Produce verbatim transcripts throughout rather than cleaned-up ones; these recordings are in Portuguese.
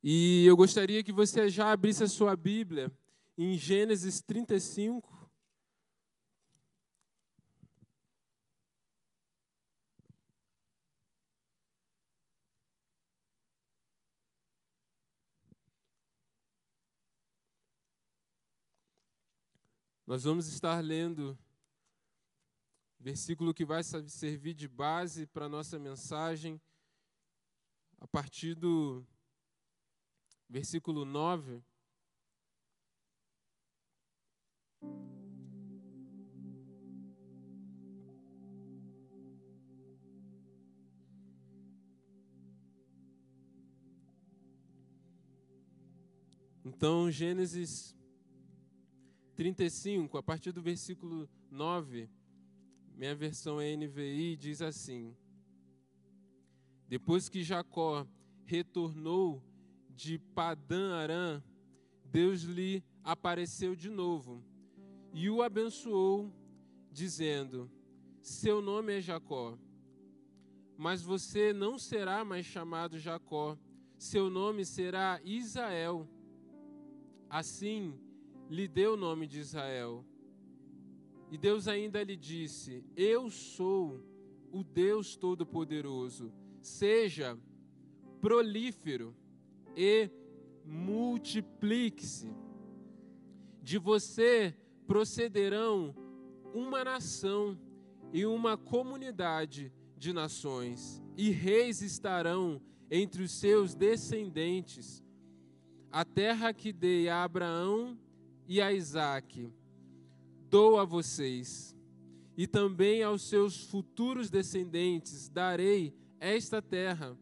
E eu gostaria que você já abrisse a sua Bíblia em Gênesis trinta e cinco. Nós vamos estar lendo o versículo que vai servir de base para a nossa mensagem, a partir do versículo nove. Então, Gênesis trinta e cinco, a partir do versículo nove, minha versão é N V I, diz assim: Depois que Jacó retornou de Padã-Arã, Deus lhe apareceu de novo e o abençoou, dizendo: Seu nome é Jacó, mas você não será mais chamado Jacó, seu nome será Israel. Assim lhe deu o nome de Israel. E Deus ainda lhe disse: Eu sou o Deus Todo-Poderoso. Seja prolífero e multiplique-se. De você procederão uma nação e uma comunidade de nações, e reis estarão entre os seus descendentes. A terra que dei a Abraão e a Isaque dou a vocês, e também aos seus futuros descendentes darei esta terra.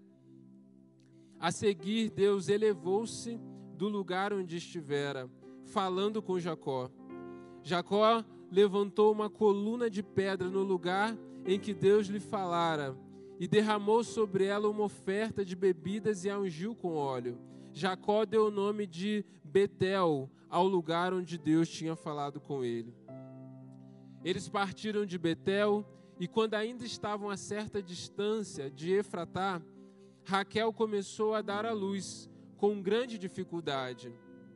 A seguir, Deus elevou-se do lugar onde estivera, falando com Jacó. Jacó levantou uma coluna de pedra no lugar em que Deus lhe falara, e derramou sobre ela uma oferta de bebidas e a ungiu com óleo. Jacó deu o nome de Betel ao lugar onde Deus tinha falado com ele. Eles partiram de Betel, e quando ainda estavam a certa distância de Efratá, Raquel começou a dar à luz com grande dificuldade.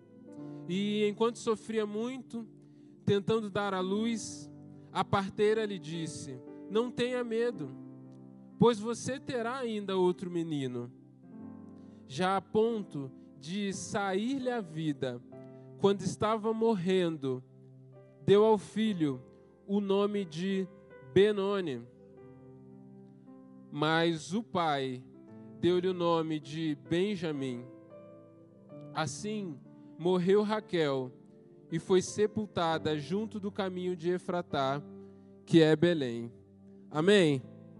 E enquanto sofria muito, tentando dar à luz, a parteira lhe disse: Não tenha medo, pois você terá ainda outro menino. Já a ponto de sair-lhe a vida, quando estava morrendo, deu ao filho o nome de Benoni. Mas o pai deu-lhe o nome de Benjamim. Assim, morreu Raquel e foi sepultada junto do caminho de Efratá, que é Belém. Amém?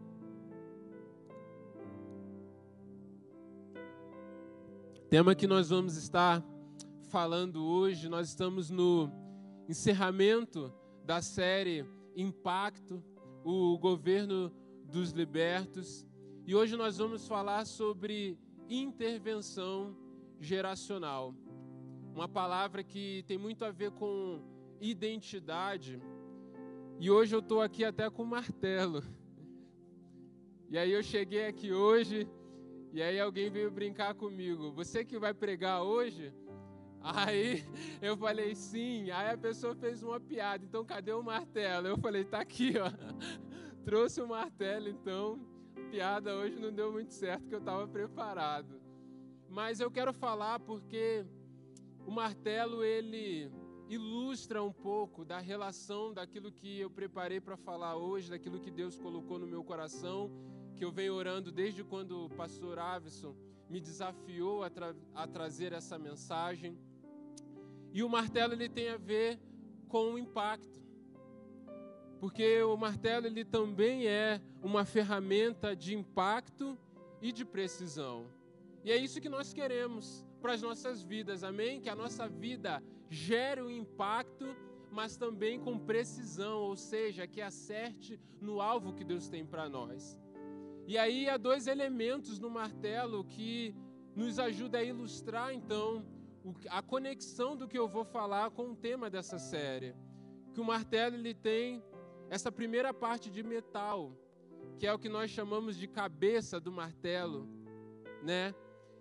Tema que nós vamos estar falando hoje, nós estamos no encerramento da série Impacto, o governo dos libertos, e hoje nós vamos falar sobre intervenção geracional, uma palavra que tem muito a ver com identidade, e hoje eu estou aqui até com martelo, e aí eu cheguei aqui hoje, e aí alguém veio brincar comigo: você que vai pregar hoje? Aí eu falei sim, aí a pessoa fez uma piada: então cadê o martelo? Eu falei: tá aqui, ó. Trouxe o martelo, então a piada hoje não deu muito certo, que eu estava preparado. Mas eu quero falar porque o martelo, ele ilustra um pouco da relação daquilo que eu preparei para falar hoje, daquilo que Deus colocou no meu coração, que eu venho orando desde quando o pastor Avison me desafiou a, tra- a trazer essa mensagem. E o martelo, ele tem a ver com o impacto, porque o martelo, ele também é uma ferramenta de impacto e de precisão. E é isso que nós queremos para as nossas vidas, amém? Que a nossa vida gere um impacto, mas também com precisão, ou seja, que acerte no alvo que Deus tem para nós. E aí há dois elementos no martelo que nos ajudam a ilustrar, então, a conexão do que eu vou falar com o tema dessa série. Que o martelo, ele tem essa primeira parte de metal, que é o que nós chamamos de cabeça do martelo, né?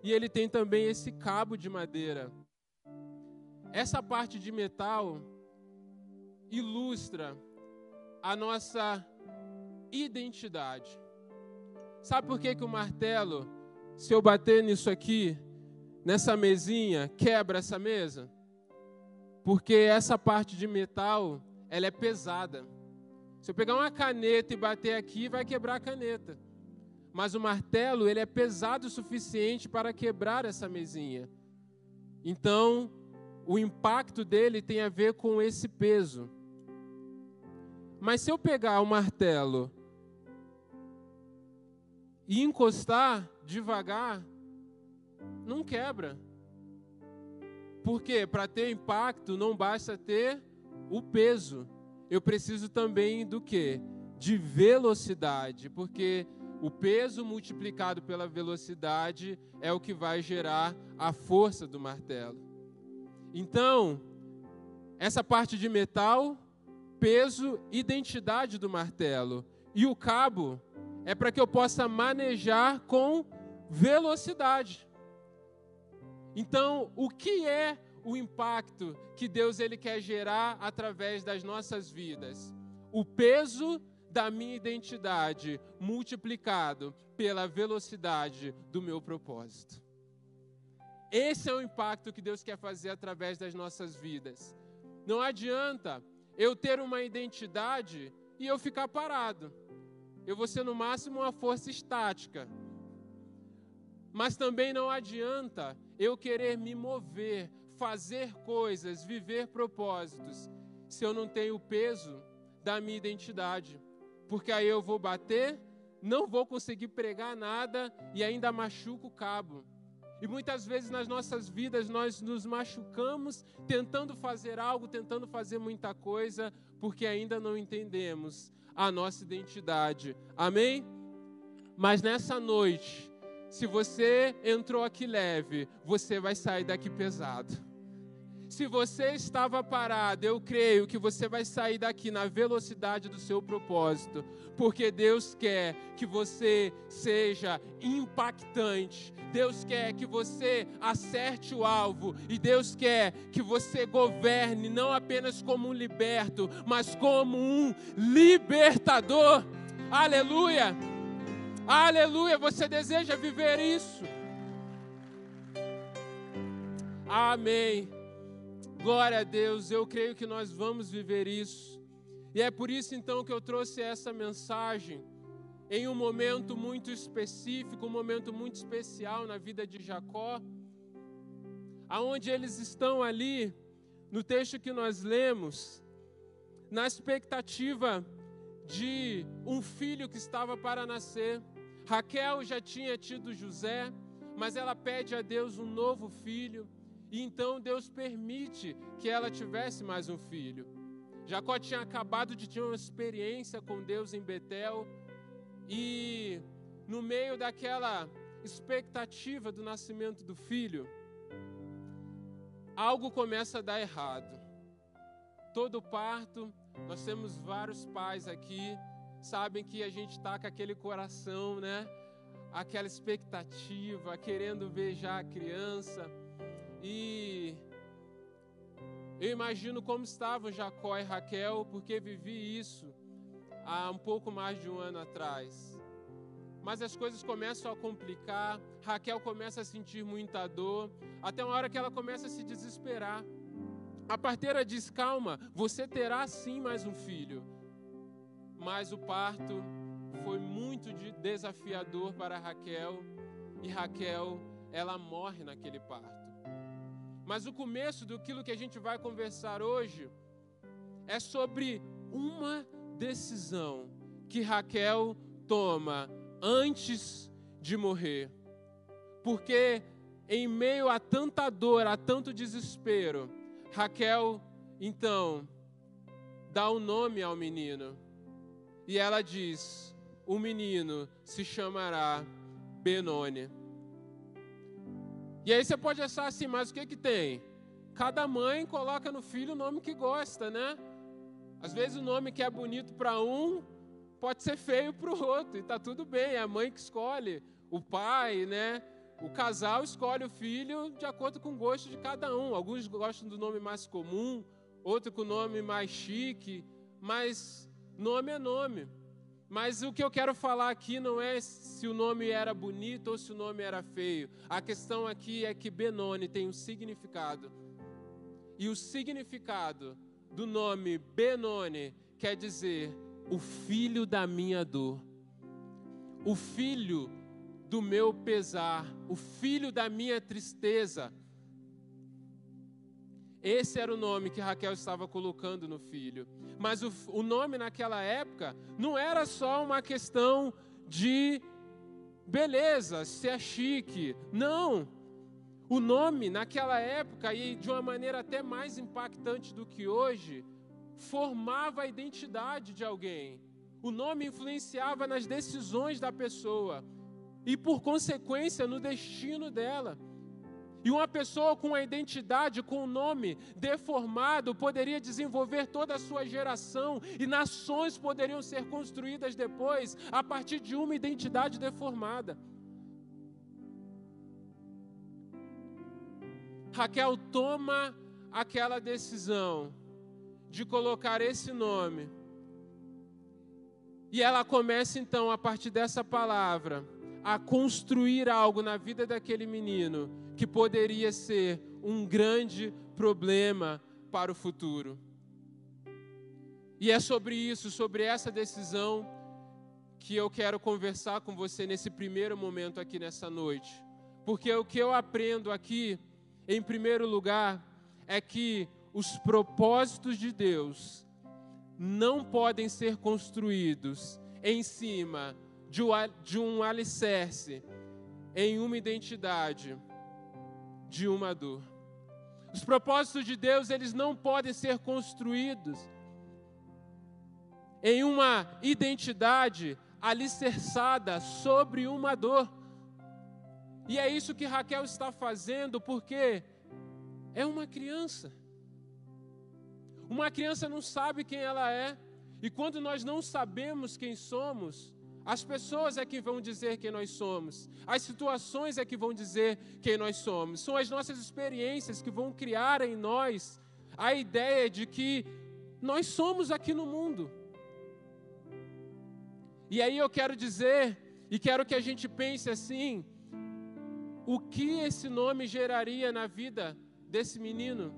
e ele tem também esse cabo de madeira. Essa parte de metal ilustra a nossa identidade. Sabe por que que o martelo, se eu bater nisso aqui, nessa mesinha, quebra essa mesa? Porque essa parte de metal, ela é pesada. Se eu pegar uma caneta e bater aqui, vai quebrar a caneta. Mas o martelo, ele é pesado o suficiente para quebrar essa mesinha. Então, o impacto dele tem a ver com esse peso. Mas se eu pegar o martelo e encostar devagar, não quebra. Porque para ter impacto não basta ter o peso. Eu preciso também do quê? De velocidade, porque o peso multiplicado pela velocidade é o que vai gerar a força do martelo. Então, essa parte de metal, peso, identidade do martelo. E o cabo é para que eu possa manejar com velocidade. Então, o que é o impacto que Deus ele quer gerar através das nossas vidas? O peso da minha identidade multiplicado pela velocidade do meu propósito. Esse é o impacto que Deus quer fazer através das nossas vidas. Não adianta eu ter uma identidade e eu ficar parado. Eu vou ser no máximo uma força estática. Mas também não adianta eu querer me mover, fazer coisas, viver propósitos, se eu não tenho o peso da minha identidade. Porque aí eu vou bater, não vou conseguir pregar nada e ainda machuco o cabo. E muitas vezes nas nossas vidas nós nos machucamos tentando fazer algo, tentando fazer muita coisa, porque ainda não entendemos a nossa identidade. Amém? Mas nessa noite, se você entrou aqui leve, você vai sair daqui pesado. Se você estava parado, eu creio que você vai sair daqui na velocidade do seu propósito, porque Deus quer que você seja impactante, Deus quer que você acerte o alvo, e Deus quer que você governe não apenas como um liberto, mas como um libertador. Aleluia! Aleluia! Você deseja viver isso? Amém! Glória a Deus, eu creio que nós vamos viver isso. E é por isso então que eu trouxe essa mensagem em um momento muito específico, um momento muito especial na vida de Jacó, aonde eles estão ali, no texto que nós lemos, na expectativa de um filho que estava para nascer. Raquel já tinha tido José, mas ela pede a Deus um novo filho. E então Deus permite que ela tivesse mais um filho. Jacó tinha acabado de ter uma experiência com Deus em Betel. E no meio daquela expectativa do nascimento do filho, algo começa a dar errado. Todo parto, nós temos vários pais aqui, sabem que a gente está com aquele coração, né? Aquela expectativa, querendo ver já a criança. E eu imagino como estavam Jacó e Raquel, porque vivi isso há um pouco mais de um ano atrás. Mas as coisas começam a complicar, Raquel começa a sentir muita dor, até uma hora que ela começa a se desesperar. A parteira diz: calma, você terá sim mais um filho. Mas o parto foi muito desafiador para Raquel, e Raquel, ela morre naquele parto. Mas o começo daquilo que a gente vai conversar hoje é sobre uma decisão que Raquel toma antes de morrer. Porque em meio a tanta dor, a tanto desespero, Raquel, então, dá um nome ao menino. E ela diz: o menino se chamará Benoni. E aí você pode achar assim, mas o que que tem? Cada mãe coloca no filho o nome que gosta, né? Às vezes o nome que é bonito para um pode ser feio para o outro, e tá tudo bem, é a mãe que escolhe, o pai, né? o casal escolhe o filho de acordo com o gosto de cada um. Alguns gostam do nome mais comum, outro com o nome mais chique, mas nome é nome. Mas o que eu quero falar aqui não é se o nome era bonito ou se o nome era feio. A questão aqui é que Benoni tem um significado. E o significado do nome Benoni quer dizer o filho da minha dor, o filho do meu pesar, o filho da minha tristeza. Esse era o nome que Raquel estava colocando no filho. Mas o, o nome naquela época não era só uma questão de beleza, ser chique. Não. O nome naquela época, e de uma maneira até mais impactante do que hoje, formava a identidade de alguém. O nome influenciava nas decisões da pessoa e, por consequência, no destino dela. E uma pessoa com a identidade, com o nome deformado, poderia desenvolver toda a sua geração e nações poderiam ser construídas depois a partir de uma identidade deformada. Raquel toma aquela decisão de colocar esse nome. E ela começa então, a partir dessa palavra, a construir algo na vida daquele menino que poderia ser um grande problema para o futuro. E é sobre isso, sobre essa decisão, que eu quero conversar com você nesse primeiro momento aqui nessa noite. Porque o que eu aprendo aqui, em primeiro lugar, é que os propósitos de Deus não podem ser construídos em cima de um alicerce, em uma identidade, de uma dor. Os propósitos de Deus, eles não podem ser construídos em uma identidade alicerçada sobre uma dor. E é isso que Raquel está fazendo, porque é uma criança. Uma criança não sabe quem ela é, e quando nós não sabemos quem somos, as pessoas é que vão dizer quem nós somos. As situações é que vão dizer quem nós somos. São as nossas experiências que vão criar em nós a ideia de que nós somos aqui no mundo. E aí eu quero dizer, e quero que a gente pense assim, o que esse nome geraria na vida desse menino?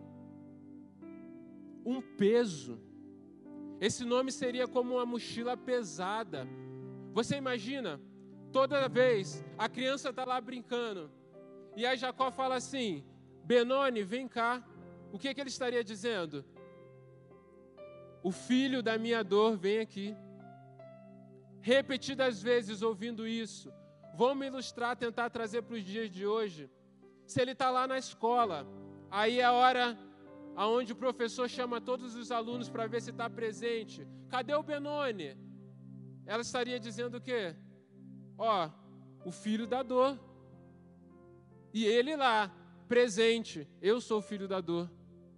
Um peso. Esse nome seria como uma mochila pesada. Você imagina, toda vez a criança está lá brincando, e aí Jacó fala assim, Benoni, vem cá. O que, que ele estaria dizendo? O filho da minha dor vem aqui. Repetidas vezes ouvindo isso, vamos ilustrar, tentar trazer para os dias de hoje. Se ele está lá na escola, aí é a hora onde o professor chama todos os alunos para ver se está presente. Cadê o Benoni? Ela estaria dizendo o quê? Ó, o filho da dor. E ele lá, presente, eu sou o filho da dor.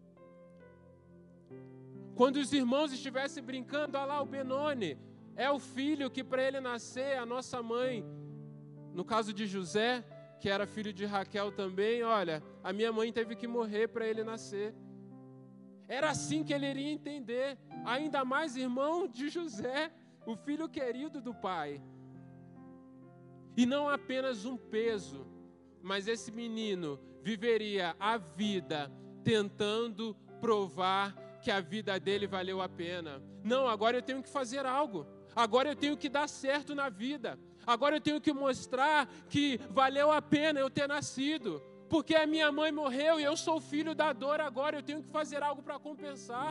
Quando os irmãos estivessem brincando, olha lá o Benoni, é o filho que para ele nascer, a nossa mãe, no caso de José, que era filho de Raquel também, olha, a minha mãe teve que morrer para ele nascer. Era assim que ele iria entender, ainda mais irmão de José, o filho querido do pai. E não apenas um peso, mas esse menino viveria a vida tentando provar que a vida dele valeu a pena. Não, agora eu tenho que fazer algo. Agora eu tenho que dar certo na vida. Agora eu tenho que mostrar que valeu a pena eu ter nascido. Porque a minha mãe morreu e eu sou filho da dor agora. Eu tenho que fazer algo para compensar.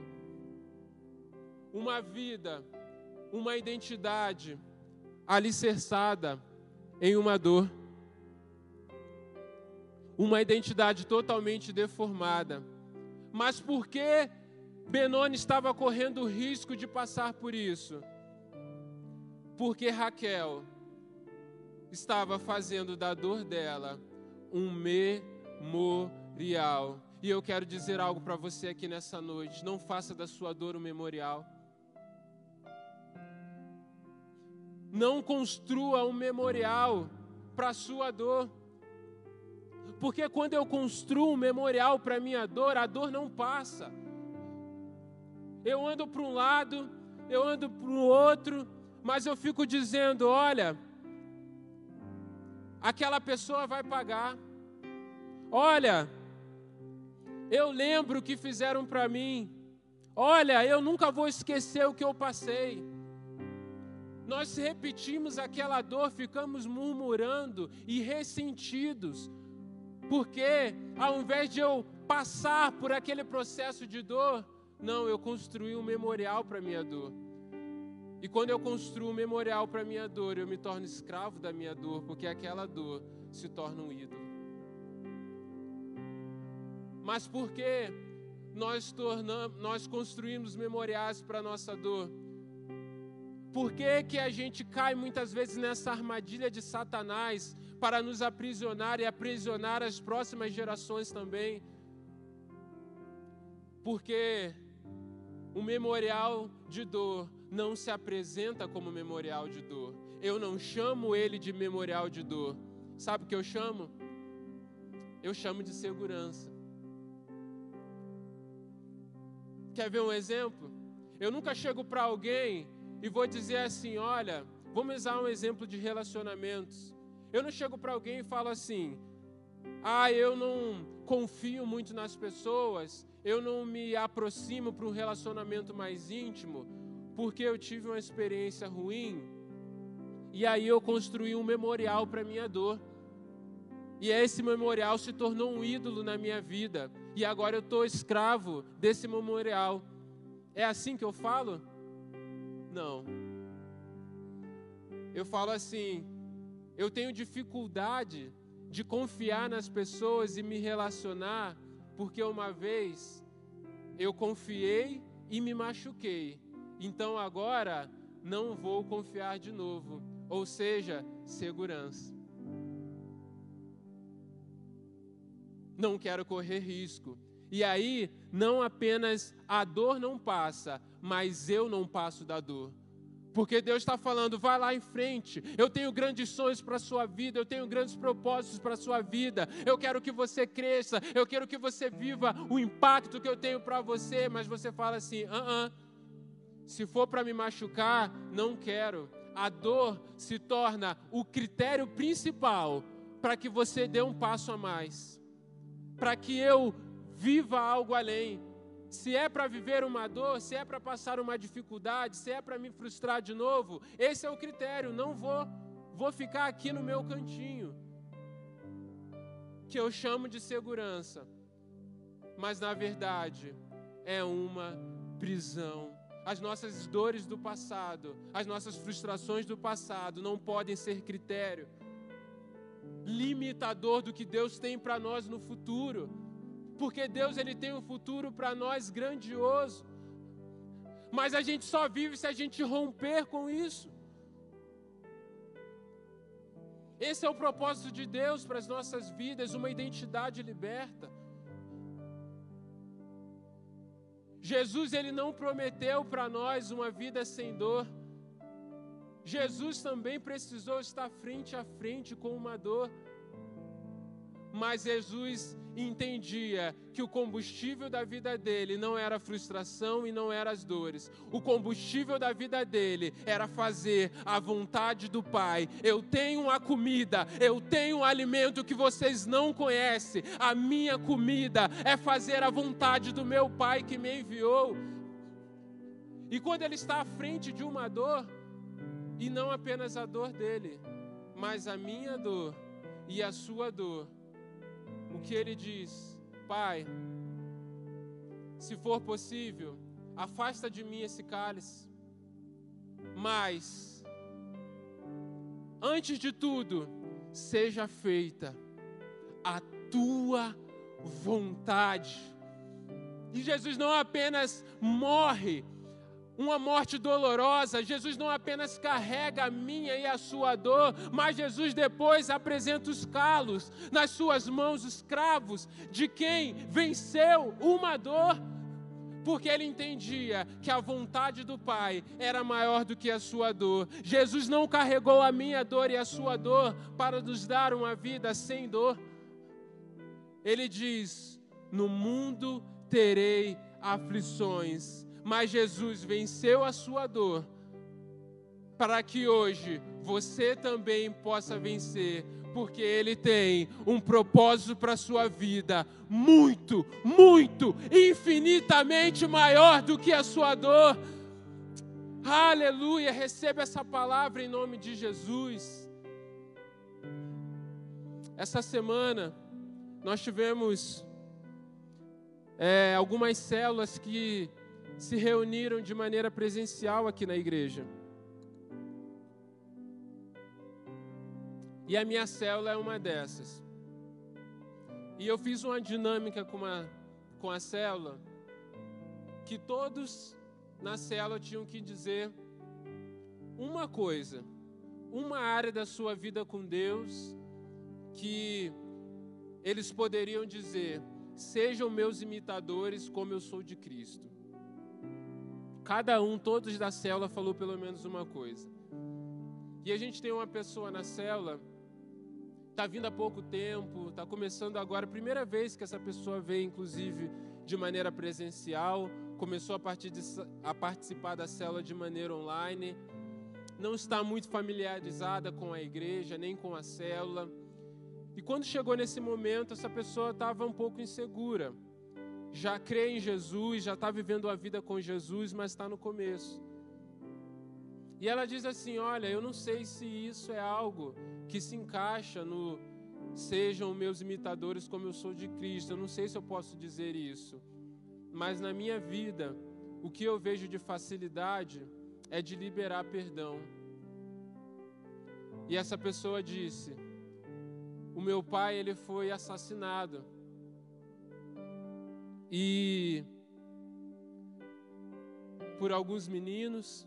Uma vida, uma identidade alicerçada em uma dor. Uma identidade totalmente deformada. Mas por que Benoni estava correndo o risco de passar por isso? Porque Raquel estava fazendo da dor dela um memorial. E eu quero dizer algo para você aqui nessa noite. Não faça da sua dor um memorial. Não construa um memorial para a sua dor. Porque quando eu construo um memorial para a minha dor, a dor não passa. Eu ando para um lado, eu ando para o outro, mas eu fico dizendo, olha, aquela pessoa vai pagar. Olha, eu lembro o que fizeram para mim. Olha, eu nunca vou esquecer o que eu passei. Nós repetimos aquela dor, ficamos murmurando e ressentidos. Porque ao invés de eu passar por aquele processo de dor, não, eu construí um memorial para a minha dor. E quando eu construo um memorial para a minha dor, eu me torno escravo da minha dor, porque aquela dor se torna um ídolo. Mas por que nós, tornamos, nós construímos memoriais para a nossa dor? Por que que a gente cai muitas vezes nessa armadilha de Satanás para nos aprisionar e aprisionar as próximas gerações também? Porque o memorial de dor não se apresenta como memorial de dor. Eu não chamo ele de memorial de dor. Sabe o que eu chamo? Eu chamo de segurança. Quer ver um exemplo? Eu nunca chego para alguém e vou dizer assim, olha, vamos usar um exemplo de relacionamentos. Eu não chego para alguém e falo assim, ah, eu não confio muito nas pessoas, eu não me aproximo para um relacionamento mais íntimo, porque eu tive uma experiência ruim, e aí eu construí um memorial para a minha dor. E esse memorial se tornou um ídolo na minha vida, e agora eu estou escravo desse memorial. É assim que eu falo? Não. Eu falo assim, eu tenho dificuldade de confiar nas pessoas e me relacionar, porque uma vez eu confiei e me machuquei. Então agora não vou confiar de novo. Ou seja, segurança. Não quero correr risco. E aí, não apenas a dor não passa, mas eu não passo da dor. Porque Deus está falando, vai lá em frente, eu tenho grandes sonhos para a sua vida, eu tenho grandes propósitos para a sua vida, eu quero que você cresça, eu quero que você viva o impacto que eu tenho para você, mas você fala assim, ah, uh-uh. Se for para me machucar, não quero. A dor se torna o critério principal para que você dê um passo a mais, para que eu viva algo além. Se é para viver uma dor, se é para passar uma dificuldade, se é para me frustrar de novo, esse é o critério. Não vou, vou ficar aqui no meu cantinho, que eu chamo de segurança, mas na verdade é uma prisão. As nossas dores do passado, as nossas frustrações do passado não podem ser critério limitador do que Deus tem para nós no futuro. Porque Deus ele tem um futuro para nós grandioso. Mas a gente só vive se a gente romper com isso. Esse é o propósito de Deus para as nossas vidas, uma identidade liberta. Jesus ele não prometeu para nós uma vida sem dor. Jesus também precisou estar frente a frente com uma dor. Mas Jesus entendia que o combustível da vida dele não era a frustração e não eram as dores. O combustível da vida dele era fazer a vontade do Pai. Eu tenho uma comida, eu tenho um alimento que vocês não conhecem. A minha comida é fazer a vontade do meu Pai que me enviou. E quando ele está à frente de uma dor, e não apenas a dor dele, mas a minha dor e a sua dor, o que ele diz? Pai, se for possível, afasta de mim esse cálice. Mas, antes de tudo, seja feita a tua vontade. E Jesus não apenas morre uma morte dolorosa, Jesus não apenas carrega a minha e a sua dor, mas Jesus depois apresenta os calos nas suas mãos, os cravos de quem venceu uma dor, porque ele entendia que a vontade do Pai era maior do que a sua dor. Jesus não carregou a minha dor e a sua dor para nos dar uma vida sem dor. ele diz: no mundo terei aflições, mas Jesus venceu a sua dor, para que hoje você também possa vencer, porque Ele tem um propósito para a sua vida muito, muito, infinitamente maior do que a sua dor. Aleluia, receba essa palavra em nome de Jesus. Essa semana nós tivemos é, algumas células que se reuniram de maneira presencial aqui na igreja. E a minha célula é uma dessas. E eu fiz uma dinâmica com a, com a célula, que todos na célula tinham que dizer uma coisa, uma área da sua vida com Deus, que eles poderiam dizer: sejam meus imitadores como eu sou de Cristo. Cada um, todos da célula, falou pelo menos uma coisa. E a gente tem uma pessoa na célula, está vindo há pouco tempo, está começando agora, primeira vez que essa pessoa veio, inclusive, de maneira presencial, começou a, partir de, a participar da célula de maneira online, não está muito familiarizada com a igreja, nem com a célula. E quando chegou nesse momento, essa pessoa estava um pouco insegura. Já crê em Jesus, já está vivendo a vida com Jesus, mas está no começo. E ela diz assim: olha, eu não sei se isso é algo que se encaixa no sejam meus imitadores como eu sou de Cristo. Eu não sei se eu posso dizer isso. Mas na minha vida, o que eu vejo de facilidade é de liberar perdão. E essa pessoa disse: o meu pai, ele foi assassinado. E por alguns meninos.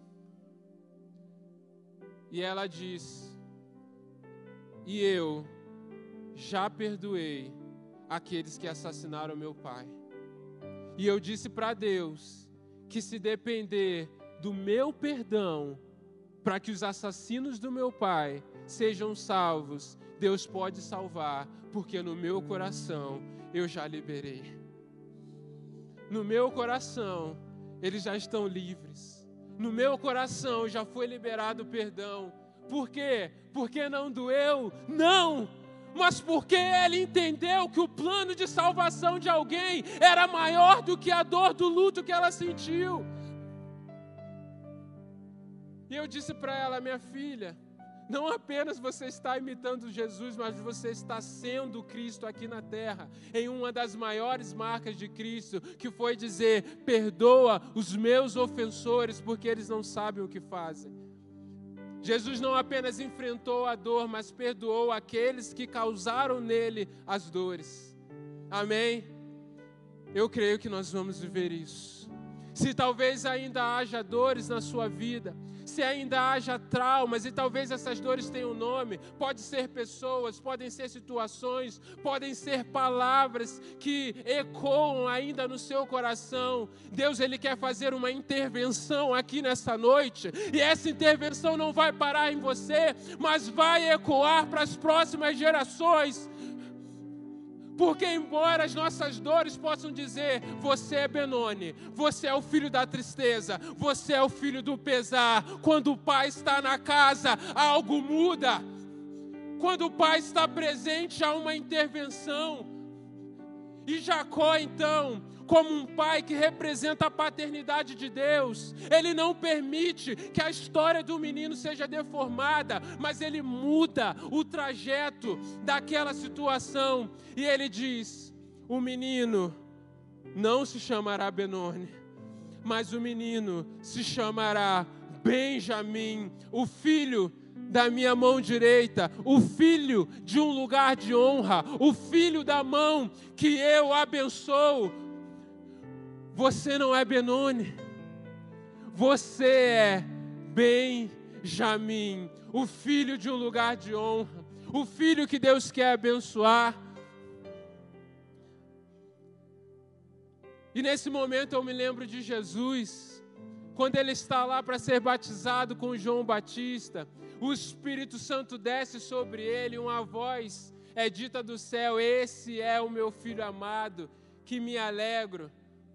E ela diz: e eu já perdoei aqueles que assassinaram meu pai. E eu disse para Deus que se depender do meu perdão para que os assassinos do meu pai sejam salvos, Deus pode salvar, porque no meu coração eu já liberei. No meu coração eles já estão livres. No meu coração já foi liberado o perdão. Por quê? Porque não doeu? Não! Mas porque ele entendeu que o plano de salvação de alguém era maior do que a dor do luto que ela sentiu. E eu disse para ela: minha filha, não apenas você está imitando Jesus, mas você está sendo Cristo aqui na terra, em uma das maiores marcas de Cristo, que foi dizer: perdoa os meus ofensores, porque eles não sabem o que fazem. Jesus não apenas enfrentou a dor, mas perdoou aqueles que causaram nele as dores. Amém? Eu creio que nós vamos viver isso. Se talvez ainda haja dores na sua vida, se ainda haja traumas, e talvez essas dores tenham nome, pode ser pessoas, podem ser situações, podem ser palavras que ecoam ainda no seu coração. Deus, Ele quer fazer uma intervenção aqui nessa noite, e essa intervenção não vai parar em você, mas vai ecoar para as próximas gerações. Porque embora as nossas dores possam dizer: você é Benoni, você é o filho da tristeza, você é o filho do pesar, quando o pai está na casa, algo muda. Quando o pai está presente, há uma intervenção. E Jacó, então, como um pai que representa a paternidade de Deus, ele não permite que a história do menino seja deformada, mas ele muda o trajeto daquela situação. E ele diz: o menino não se chamará Benoni, mas o menino se chamará Benjamim, o filho da minha mão direita, o filho de um lugar de honra, o filho da mão que eu abençoo. Você não é Benoni, você é Benjamim, o filho de um lugar de honra, o filho que Deus quer abençoar. E nesse momento eu me lembro de Jesus, quando ele está lá para ser batizado com João Batista, o Espírito Santo desce sobre ele, uma voz é dita do céu: esse é o meu filho amado, que me alegro.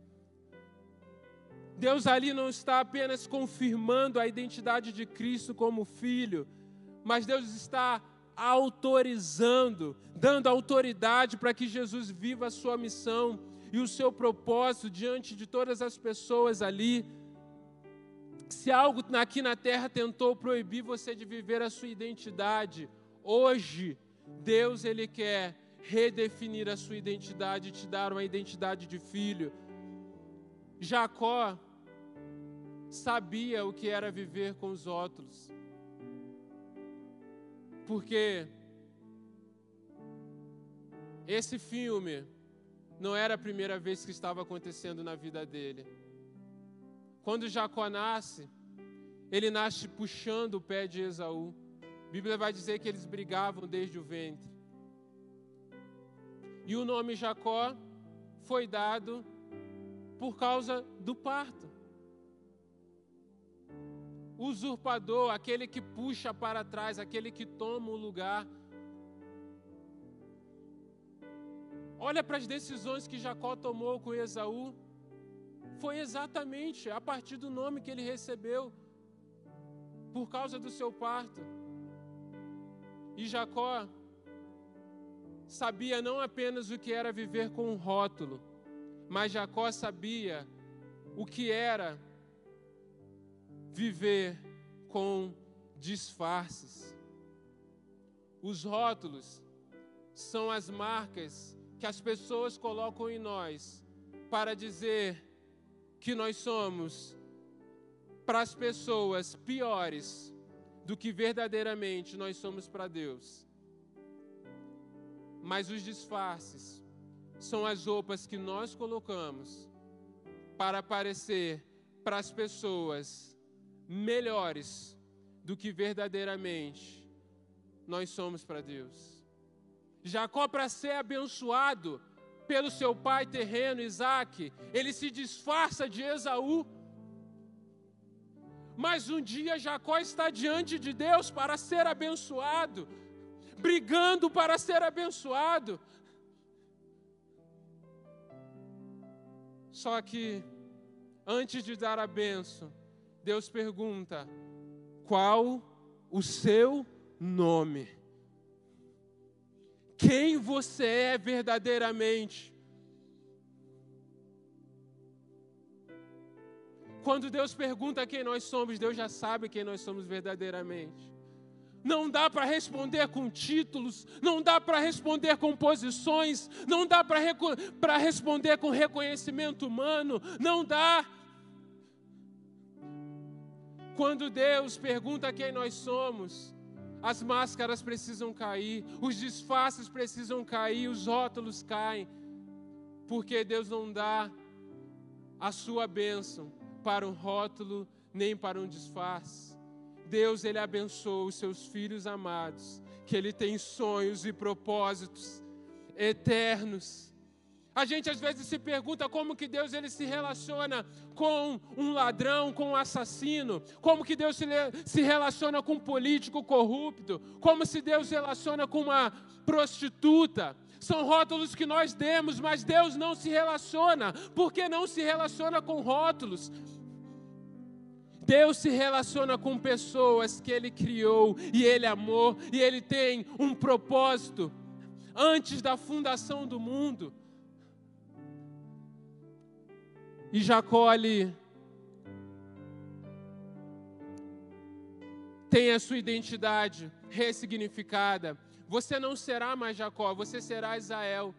Deus ali não está apenas confirmando a identidade de Cristo como filho, mas Deus está autorizando, dando autoridade para que Jesus viva a sua missão e o seu propósito diante de todas as pessoas ali. Se algo aqui na terra tentou proibir você de viver a sua identidade, hoje Deus ele quer redefinir a sua identidade e te dar uma identidade de filho. Jacó sabia o que era viver com os rótulos, porque esse filme não era a primeira vez que estava acontecendo na vida dele. Quando Jacó nasce, ele nasce puxando o pé de Esaú. A Bíblia vai dizer que eles brigavam desde o ventre. E o nome Jacó foi dado por causa do parto. O usurpador, aquele que puxa para trás, aquele que toma o lugar. Olha para as decisões que Jacó tomou com Esaú. Foi exatamente a partir do nome que ele recebeu, por causa do seu parto. E Jacó sabia não apenas o que era viver com um rótulo, mas Jacó sabia o que era viver com disfarces. Os rótulos são as marcas que as pessoas colocam em nós para dizer que nós somos, para as pessoas, piores do que verdadeiramente nós somos para Deus. Mas os disfarces são as roupas que nós colocamos para parecer para as pessoas melhores do que verdadeiramente nós somos para Deus. Jacó, para ser abençoado pelo seu pai terreno, Isaque, ele se disfarça de Esaú. Mas um dia Jacó está diante de Deus para ser abençoado, brigando para ser abençoado. Só que, antes de dar a bênção, Deus pergunta: qual o seu nome? Quem você é verdadeiramente? Quando Deus pergunta quem nós somos, Deus já sabe quem nós somos verdadeiramente. Não dá para responder com títulos, não dá para responder com posições, não dá para reco- para responder com reconhecimento humano, não dá. Quando Deus pergunta quem nós somos, as máscaras precisam cair, os disfarces precisam cair, os rótulos caem, porque Deus não dá a sua bênção para um rótulo, nem para um disfarce. Deus, Ele abençoa os seus filhos amados, que Ele tem sonhos e propósitos eternos. A gente às vezes se pergunta como que Deus ele se relaciona com um ladrão, com um assassino, como que Deus se, se relaciona com um político corrupto, como se Deus se relaciona com uma prostituta. São rótulos que nós demos, mas Deus não se relaciona. Por que não se relaciona com rótulos? Deus se relaciona com pessoas que Ele criou e Ele amou, e Ele tem um propósito antes da fundação do mundo. E Jacó ali tem a sua identidade ressignificada. Você não será mais Jacó, você será Israel.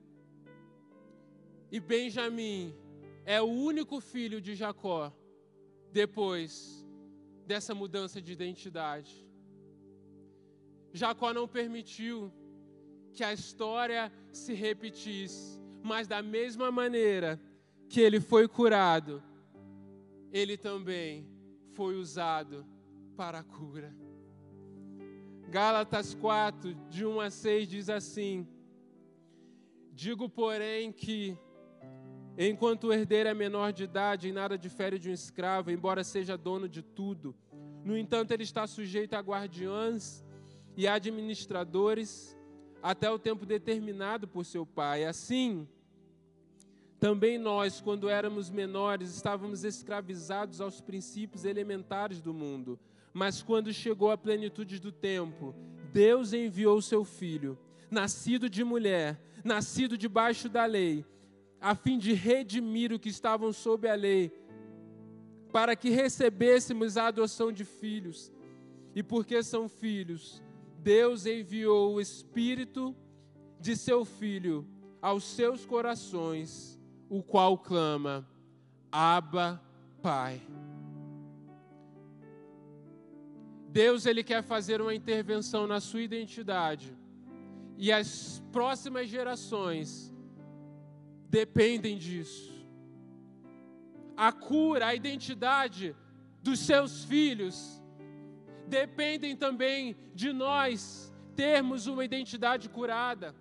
E Benjamim é o único filho de Jacó depois dessa mudança de identidade. Jacó não permitiu que a história se repetisse, mas da mesma maneira que ele foi curado, ele também foi usado para a cura. Gálatas quatro, de um a seis, diz assim: digo, porém, que enquanto o herdeiro é menor de idade, em nada difere de um escravo, embora seja dono de tudo. No entanto, ele está sujeito a guardiães e administradores, até o tempo determinado por seu pai. Assim, também nós, quando éramos menores, estávamos escravizados aos princípios elementares do mundo. Mas quando chegou a plenitude do tempo, Deus enviou seu Filho, nascido de mulher, nascido debaixo da lei, a fim de redimir os que estavam sob a lei, para que recebêssemos a adoção de filhos. E porque são filhos, Deus enviou o Espírito de seu Filho aos seus corações, o qual clama, Abba, Pai. Deus, Ele quer fazer uma intervenção na sua identidade. E as próximas gerações dependem disso. A cura, a identidade dos seus filhos dependem também de nós termos uma identidade curada.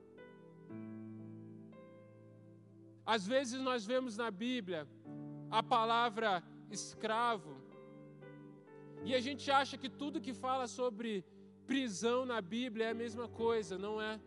Às vezes nós vemos na Bíblia a palavra escravo e a gente acha que tudo que fala sobre prisão na Bíblia é a mesma coisa, não é?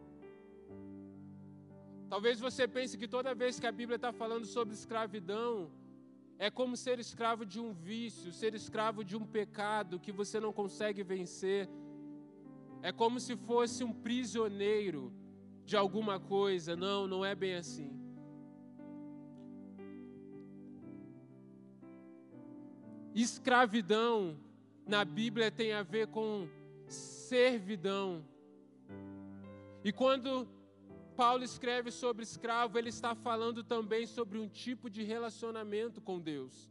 Talvez você pense que toda vez que a Bíblia está falando sobre escravidão, é como ser escravo de um vício, ser escravo de um pecado que você não consegue vencer. É como se fosse um prisioneiro de alguma coisa. Não, não é bem assim. Escravidão na Bíblia tem a ver com servidão. E quando Paulo escreve sobre escravo, ele está falando também sobre um tipo de relacionamento com Deus.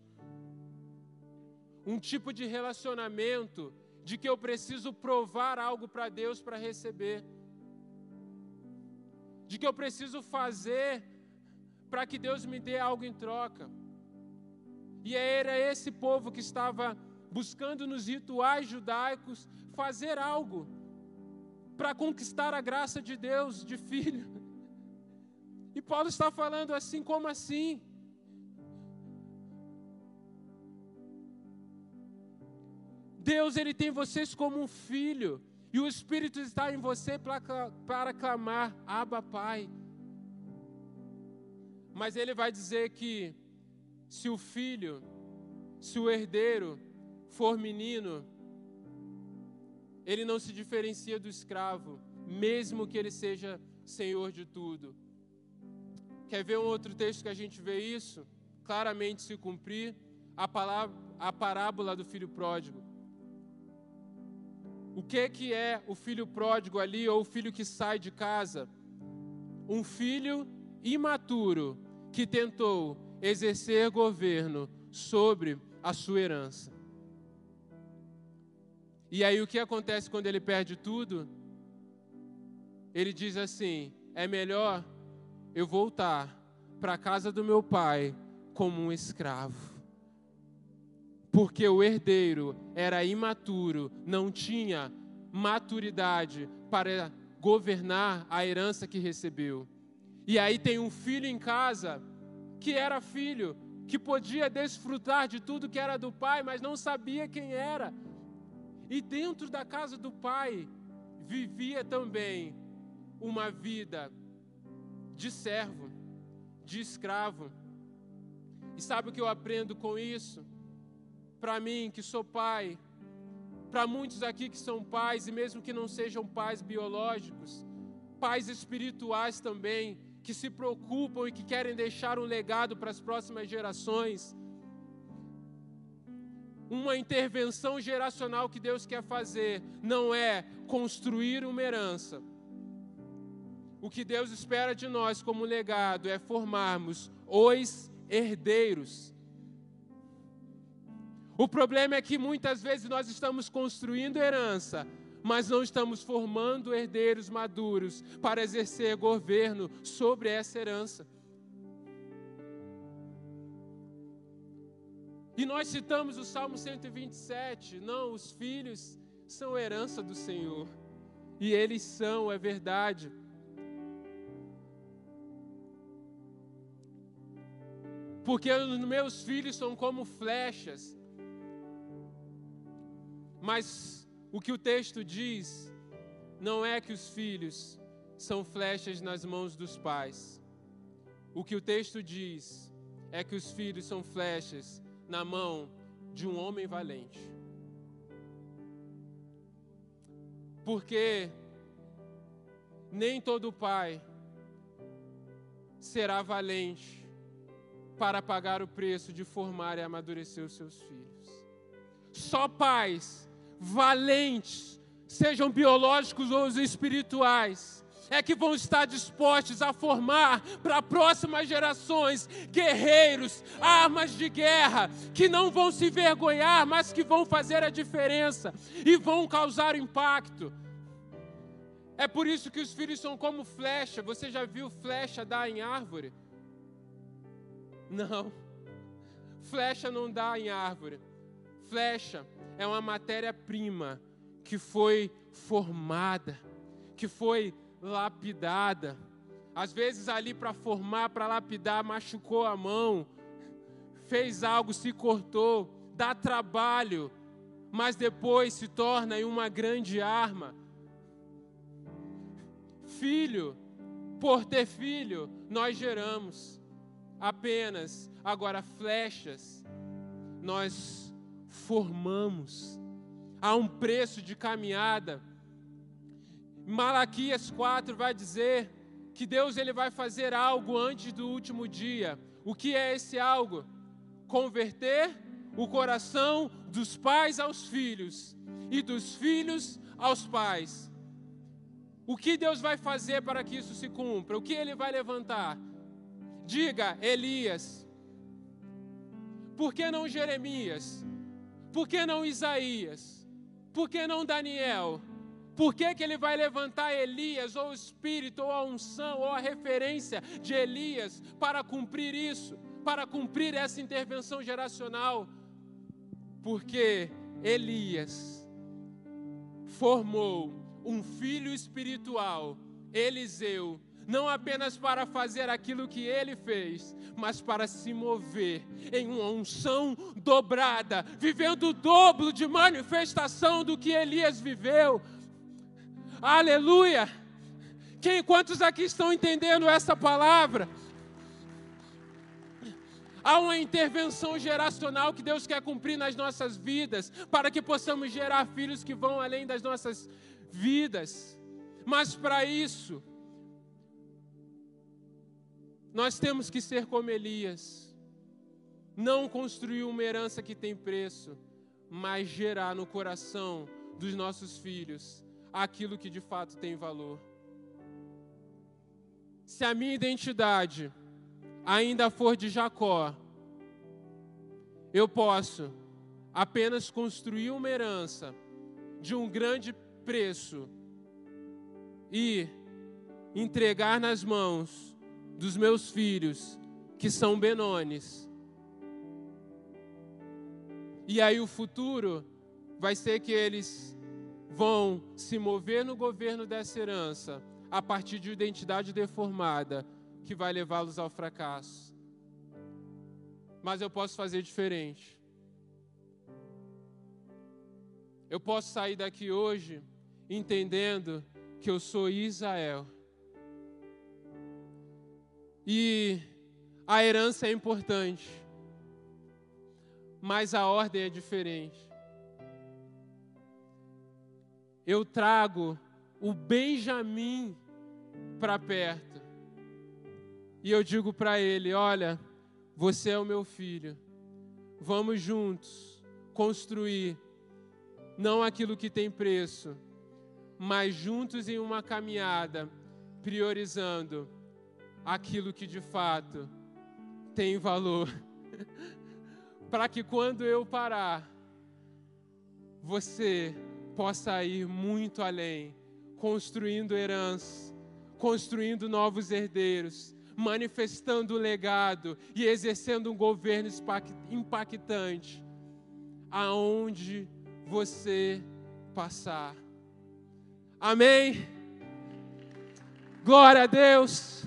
Um tipo de relacionamento de que eu preciso provar algo para Deus para receber. De que eu preciso fazer para que Deus me dê algo em troca. E era esse povo que estava buscando nos rituais judaicos fazer algo para conquistar a graça de Deus, de filho. E Paulo está falando assim, como assim? Deus, Ele tem vocês como um filho, e o Espírito está em você para, para clamar, Abba, Pai. Mas Ele vai dizer que se o filho, se o herdeiro for menino, ele não se diferencia do escravo, mesmo que ele seja senhor de tudo. Quer ver um outro texto que a gente vê isso claramente se cumprir? A, palavra, a parábola do filho pródigo. O que, que é o filho pródigo ali, ou o filho que sai de casa? Um filho imaturo que tentou exercer governo sobre a sua herança. E aí o que acontece quando ele perde tudo? Ele diz assim, é melhor eu voltar para a casa do meu pai como um escravo. Porque o herdeiro era imaturo, não tinha maturidade para governar a herança que recebeu. E aí tem um filho em casa que era filho, que podia desfrutar de tudo que era do pai, mas não sabia quem era. E dentro da casa do pai, vivia também uma vida de servo, de escravo. E sabe o que eu aprendo com isso? Para mim, que sou pai, para muitos aqui que são pais, e mesmo que não sejam pais biológicos, pais espirituais também, que se preocupam e que querem deixar um legado para as próximas gerações. Uma intervenção geracional que Deus quer fazer não é construir uma herança. O que Deus espera de nós como legado é formarmos os herdeiros. O problema é que muitas vezes nós estamos construindo herança, mas não estamos formando herdeiros maduros para exercer governo sobre essa herança. E nós citamos o Salmo cento e vinte e sete, não, os filhos são herança do Senhor. E eles são, é verdade. Porque os meus filhos são como flechas. Mas o que o texto diz não é que os filhos são flechas nas mãos dos pais. O que o texto diz é que os filhos são flechas na mão de um homem valente. Porque nem todo pai será valente para pagar o preço de formar e amadurecer os seus filhos. Só pais valentes, sejam biológicos ou espirituais, é que vão estar dispostos a formar para próximas gerações guerreiros, armas de guerra, que não vão se envergonhar, mas que vão fazer a diferença e vão causar impacto. É por isso que os filhos são como flecha. Você já viu flecha dar em árvore? Não. Flecha não dá em árvore. Flecha é uma matéria-prima que foi formada, que foi lapidada. Às vezes ali para formar, para lapidar, machucou a mão, fez algo, se cortou, dá trabalho, mas depois se torna em uma grande arma. Filho, por ter filho, nós geramos apenas, agora flechas, nós formamos. Há um preço de caminhada. Malaquias quatro vai dizer que Deus ele vai fazer algo antes do último dia. O que é esse algo? Converter o coração dos pais aos filhos e dos filhos aos pais. O que Deus vai fazer para que isso se cumpra? O que Ele vai levantar? Diga, Elias. Por que não Jeremias? Por que não Isaías? Por que não Daniel? Por que que Ele vai levantar Elias, ou o Espírito, ou a unção, ou a referência de Elias para cumprir isso? Para cumprir essa intervenção geracional? Porque Elias formou um filho espiritual, Eliseu, não apenas para fazer aquilo que ele fez, mas para se mover em uma unção dobrada, vivendo o dobro de manifestação do que Elias viveu. Aleluia! Quem, quantos aqui estão entendendo essa palavra? Há uma intervenção geracional que Deus quer cumprir nas nossas vidas, para que possamos gerar filhos que vão além das nossas vidas. Mas para isso, nós temos que ser como Elias. Não construir uma herança que tem preço, mas gerar no coração dos nossos filhos aquilo que de fato tem valor. Se a minha identidade ainda for de Jacó, eu posso apenas construir uma herança de um grande preço e entregar nas mãos dos meus filhos, que são Benones. E aí o futuro vai ser que eles vão se mover no governo dessa herança a partir de identidade deformada, que vai levá-los ao fracasso. Mas eu posso fazer diferente. Eu posso sair daqui hoje entendendo que eu sou Israel. E a herança é importante, mas a ordem é diferente. Eu trago o Benjamim para perto. E eu digo para ele, olha, você é o meu filho. Vamos juntos construir, não aquilo que tem preço, mas juntos em uma caminhada, priorizando aquilo que de fato tem valor. Para que quando eu parar, você possa ir muito além, construindo herança, construindo novos herdeiros, manifestando o legado e exercendo um governo impactante aonde você passar. Amém? Glória a Deus!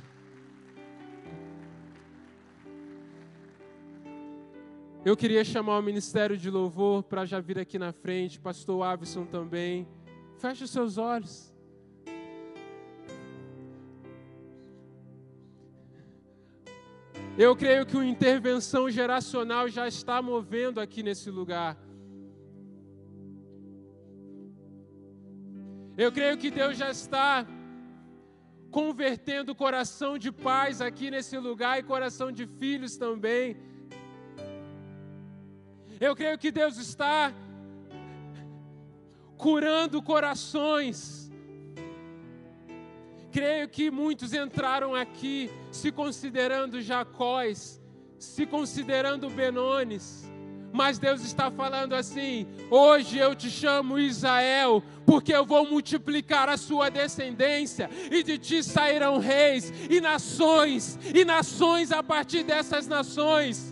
Eu queria chamar o Ministério de Louvor para já vir aqui na frente, Pastor Avison também. Feche os seus olhos. Eu creio que uma intervenção geracional já está movendo aqui nesse lugar. Eu creio que Deus já está convertendo o coração de pais aqui nesse lugar e coração de filhos também. Eu creio que Deus está curando corações. Creio que muitos entraram aqui se considerando Jacóis, se considerando Benones. Mas Deus está falando assim: hoje eu te chamo Israel, porque eu vou multiplicar a sua descendência, e de ti sairão reis e nações, e nações a partir dessas nações.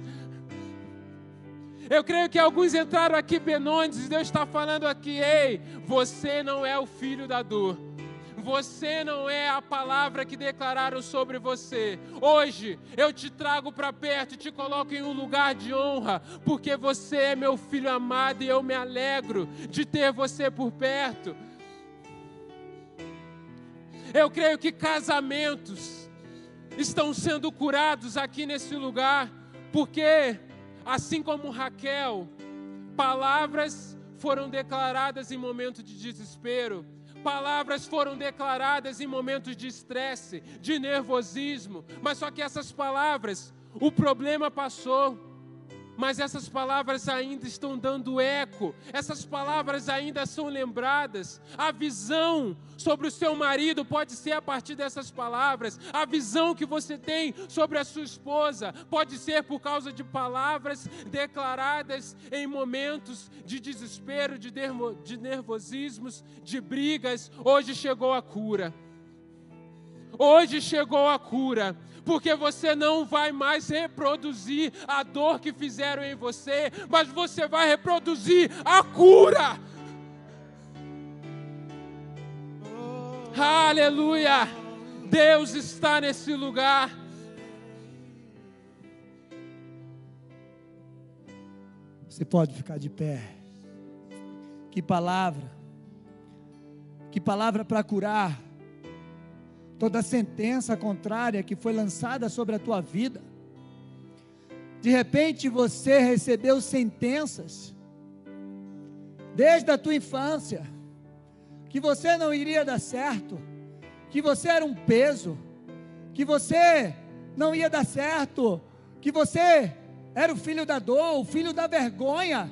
Eu creio que alguns entraram aqui Benones, e Deus está falando aqui: ei, você não é o filho da dor. Você não é a palavra que declararam sobre você. Hoje eu te trago para perto e te coloco em um lugar de honra, porque você é meu filho amado e eu me alegro de ter você por perto. Eu creio que casamentos estão sendo curados aqui nesse lugar, porque assim como Raquel, palavras foram declaradas em momento de desespero. Palavras foram declaradas em momentos de estresse, de nervosismo, mas só que essas palavras, o problema passou, mas essas palavras ainda estão dando eco, essas palavras ainda são lembradas. A visão sobre o seu marido pode ser a partir dessas palavras, a visão que você tem sobre a sua esposa pode ser por causa de palavras declaradas em momentos de desespero, de, dermo, de nervosismos, de brigas. Hoje chegou a cura, hoje chegou a cura. Porque você não vai mais reproduzir a dor que fizeram em você, mas você vai reproduzir a cura. Oh, aleluia! Deus está nesse lugar. Você pode ficar de pé. Que palavra, que palavra para curar toda sentença contrária que foi lançada sobre a tua vida. De repente você recebeu sentenças desde a tua infância, que você não iria dar certo, que você era um peso, que você não ia dar certo, que você era o filho da dor, o filho da vergonha,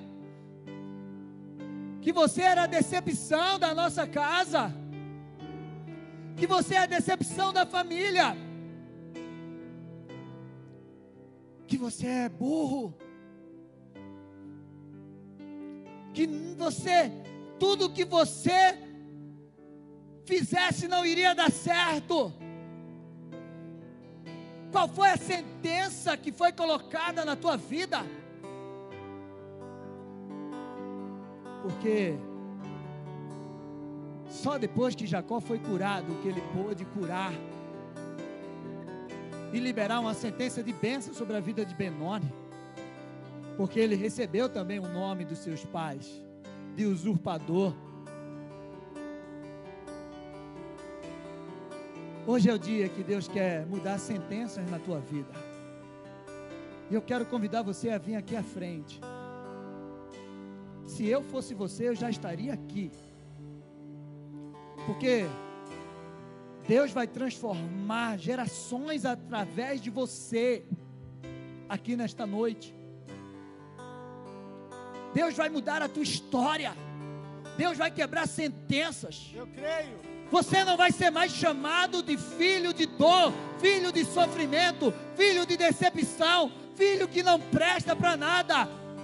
que você era a decepção da nossa casa, que você é a decepção da família, que você é burro, que você, tudo que você fizesse não iria dar certo. Qual foi a sentença que foi colocada na tua vida? Porque só depois que Jacó foi curado, que ele pôde curar e liberar uma sentença de bênção sobre a vida de Benoni, porque ele recebeu também o nome dos seus pais, de usurpador. Hoje é o dia que Deus quer mudar sentenças na tua vida, e eu quero convidar você a vir aqui à frente. Se eu fosse você, eu já estaria aqui, porque Deus vai transformar gerações através de você, aqui nesta noite. Deus vai mudar a tua história, Deus vai quebrar sentenças. Eu creio. Você não vai ser mais chamado de filho de dor, filho de sofrimento, filho de decepção, filho que não presta para nada.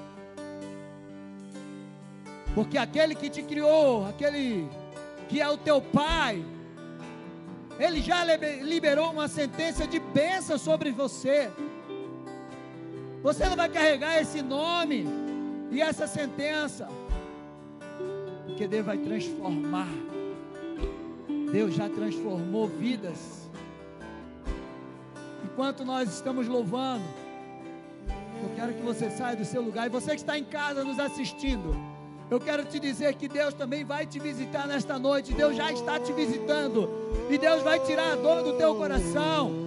Porque aquele que te criou, aquele que é o teu pai, ele já liberou uma sentença de bênção sobre você. Você não vai carregar esse nome e essa sentença, porque Deus vai transformar. Deus já transformou vidas. Enquanto nós estamos louvando, eu quero que você saia do seu lugar, e você que está em casa nos assistindo, eu quero te dizer que Deus também vai te visitar nesta noite. Deus já está te visitando, e Deus vai tirar a dor do teu coração.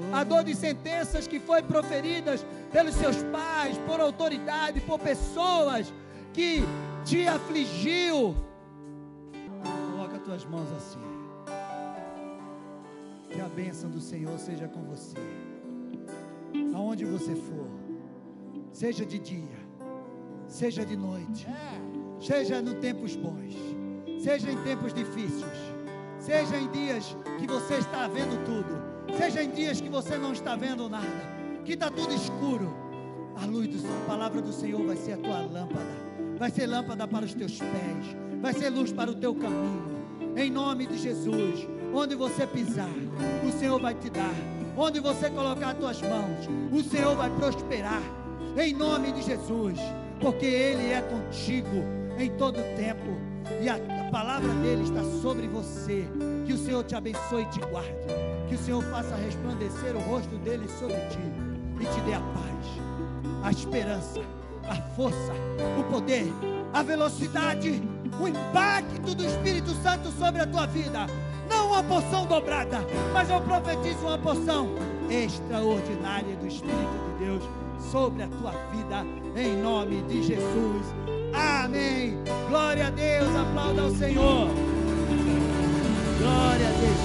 a dor de sentenças que foi proferidas pelos seus pais, por autoridade, por pessoas que te afligiu. Coloca as tuas mãos assim. Que a bênção do Senhor seja com você, aonde você for, seja de dia, seja de noite, seja em tempos bons, seja em tempos difíceis, seja em dias que você está vendo tudo, seja em dias que você não está vendo nada, que está tudo escuro. A luz da palavra do Senhor vai ser a tua lâmpada, vai ser lâmpada para os teus pés, vai ser luz para o teu caminho, em nome de Jesus. Onde você pisar, o Senhor vai te dar. Onde você colocar as tuas mãos, o Senhor vai prosperar, em nome de Jesus, porque Ele é contigo em todo tempo, e a, a palavra dEle está sobre você. Que o Senhor te abençoe e te guarde, que o Senhor faça resplandecer o rosto dEle sobre ti, e te dê a paz, a esperança, a força, o poder, a velocidade, o impacto do Espírito Santo sobre a tua vida. Não uma porção dobrada, mas eu profetizo uma porção extraordinária do Espírito de Deus sobre a tua vida, em nome de Jesus. Amém. Glória a Deus, aplauda ao Senhor. Glória a Deus.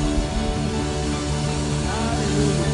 Aleluia.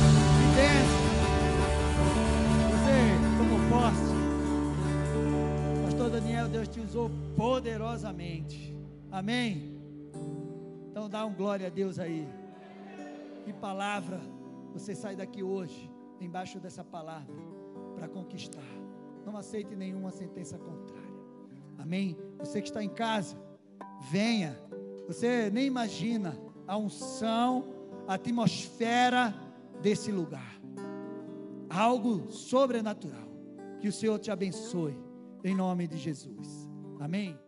Que bênção. Você, como posse, pastor Daniel, Deus te usou poderosamente. Amém. Então dá um glória a Deus aí. Que palavra. Você sai daqui hoje, embaixo dessa palavra, para conquistar. Não aceite nenhuma sentença contrária. Amém? Você que está em casa, venha. Você nem imagina a unção, a atmosfera desse lugar. Algo sobrenatural. Que o Senhor te abençoe, em nome de Jesus. Amém?